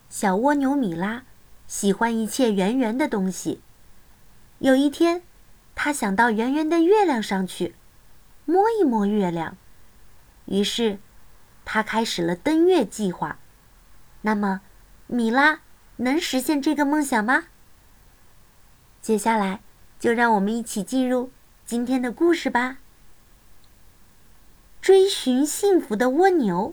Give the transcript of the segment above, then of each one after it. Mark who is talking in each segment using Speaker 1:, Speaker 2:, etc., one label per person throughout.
Speaker 1: 小蜗牛米拉喜欢一切圆圆的东西。有一天，他想到圆圆的月亮上去，摸一摸月亮。于是，他开始了登月计划。那么，米拉能实现这个梦想吗？接下来，就让我们一起进入今天的故事吧。追寻幸福的蜗牛。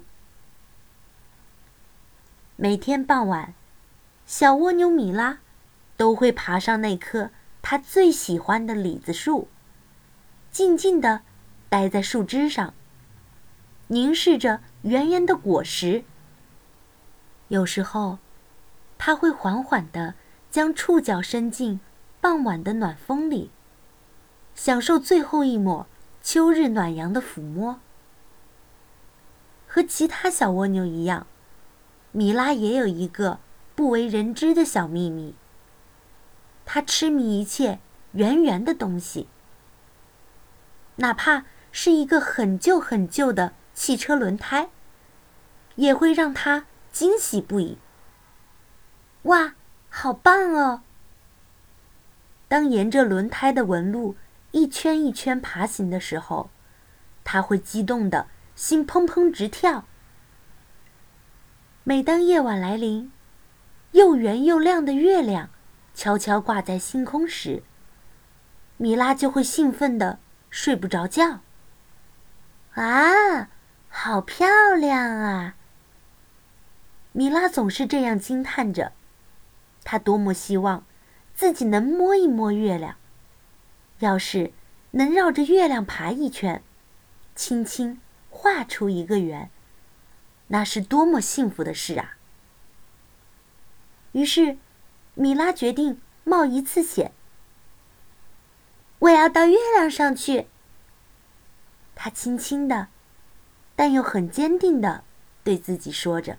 Speaker 1: 每天傍晚，小蜗牛米拉都会爬上那棵他最喜欢的李子树，静静地待在树枝上，凝视着圆圆的果实。有时候，他会缓缓地将触角伸进傍晚的暖风里，享受最后一抹秋日暖阳的抚摸。和其他小蜗牛一样，米拉也有一个不为人知的小秘密。她痴迷一切圆圆的东西，哪怕是一个很旧很旧的汽车轮胎，也会让她惊喜不已。哇，好棒哦！当沿着轮胎的纹路一圈一圈爬行的时候，她会激动的心砰砰直跳。每当夜晚来临，又圆又亮的月亮悄悄挂在星空时，米拉就会兴奋地睡不着觉。啊，好漂亮啊！米拉总是这样惊叹着，她多么希望自己能摸一摸月亮，要是能绕着月亮爬一圈，轻轻画出一个圆，那是多么幸福的事啊！于是，米拉决定冒一次险。我要到月亮上去。她轻轻的，但又很坚定的对自己说着。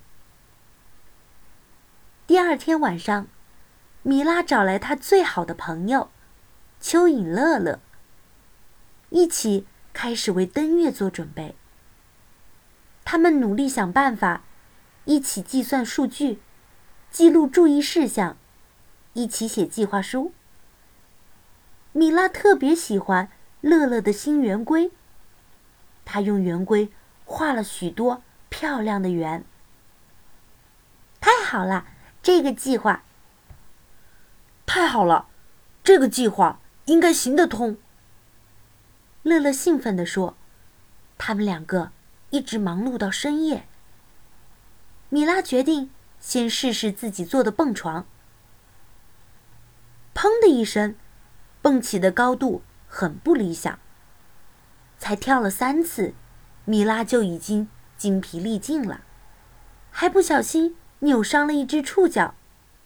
Speaker 1: 第二天晚上，米拉找来她最好的朋友蚯蚓乐乐，一起开始为登月做准备。他们努力想办法，一起计算数据，记录注意事项，一起写计划书。米拉特别喜欢乐乐的新圆规，她用圆规画了许多漂亮的圆。太好了，这个计划！
Speaker 2: 太好了，这个计划应该行得通。
Speaker 1: 乐乐兴奋地说。他们两个一直忙碌到深夜。米拉决定先试试自己做的蹦床。砰的一声，蹦起的高度很不理想。才跳了3次，米拉就已经精疲力尽了，还不小心扭伤了一只触角。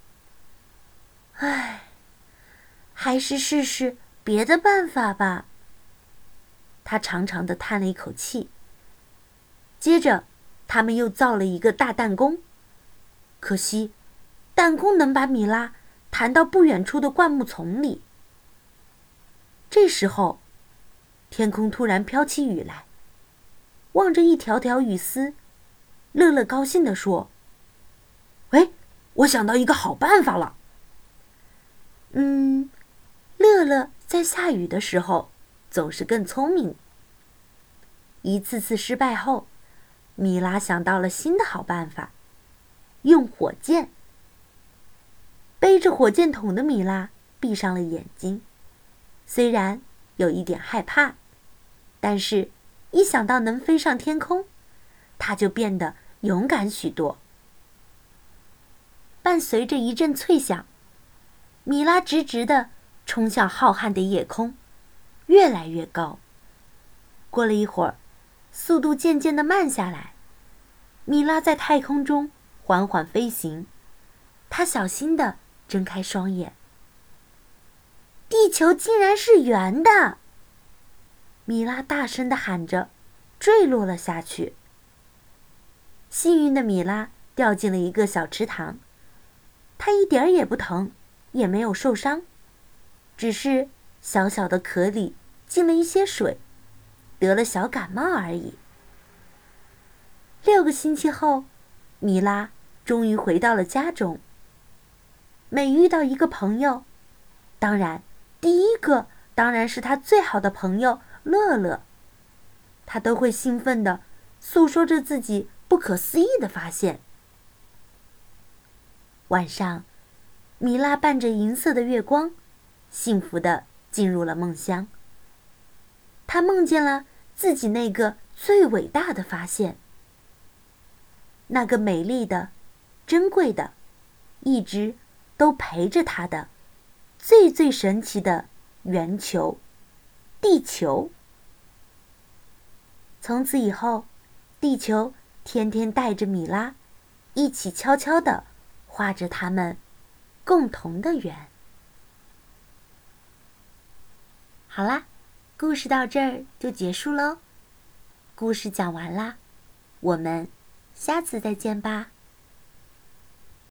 Speaker 1: 唉，还是试试别的办法吧。他长长的叹了一口气。接着，他们又造了一个大弹弓。可惜，弹弓能把米拉弹到不远处的灌木丛里。这时候，天空突然飘起雨来。望着一条条雨丝，乐乐高兴地说：“
Speaker 2: 喂，我想到一个好办法了。”
Speaker 1: 乐乐在下雨的时候总是更聪明。一次次失败后，米拉想到了新的好办法，用火箭。背着火箭筒的米拉闭上了眼睛，虽然有一点害怕，但是一想到能飞上天空，她就变得勇敢许多。伴随着一阵脆响，米拉直直地冲向浩瀚的夜空，越来越高。过了一会儿，速度渐渐地慢下来，米拉在太空中缓缓飞行。她小心地睁开双眼。地球竟然是圆的！米拉大声地喊着，坠落了下去。幸运的米拉掉进了一个小池塘，她一点儿也不疼，也没有受伤，只是小小的壳里进了一些水，得了小感冒而已。6个星期后，米拉终于回到了家中。每遇到一个朋友，当然第一个当然是他最好的朋友乐乐，他都会兴奋地诉说着自己不可思议的发现。晚上，米拉伴着银色的月光，幸福地进入了梦乡。她梦见了自己那个最伟大的发现，那个美丽的、珍贵的、一直都陪着她的最神奇的圆球——地球。从此以后，地球天天带着米拉，一起悄悄地画着他们共同的圆。好啦，故事到这儿就结束喽。故事讲完啦，我们下次再见吧。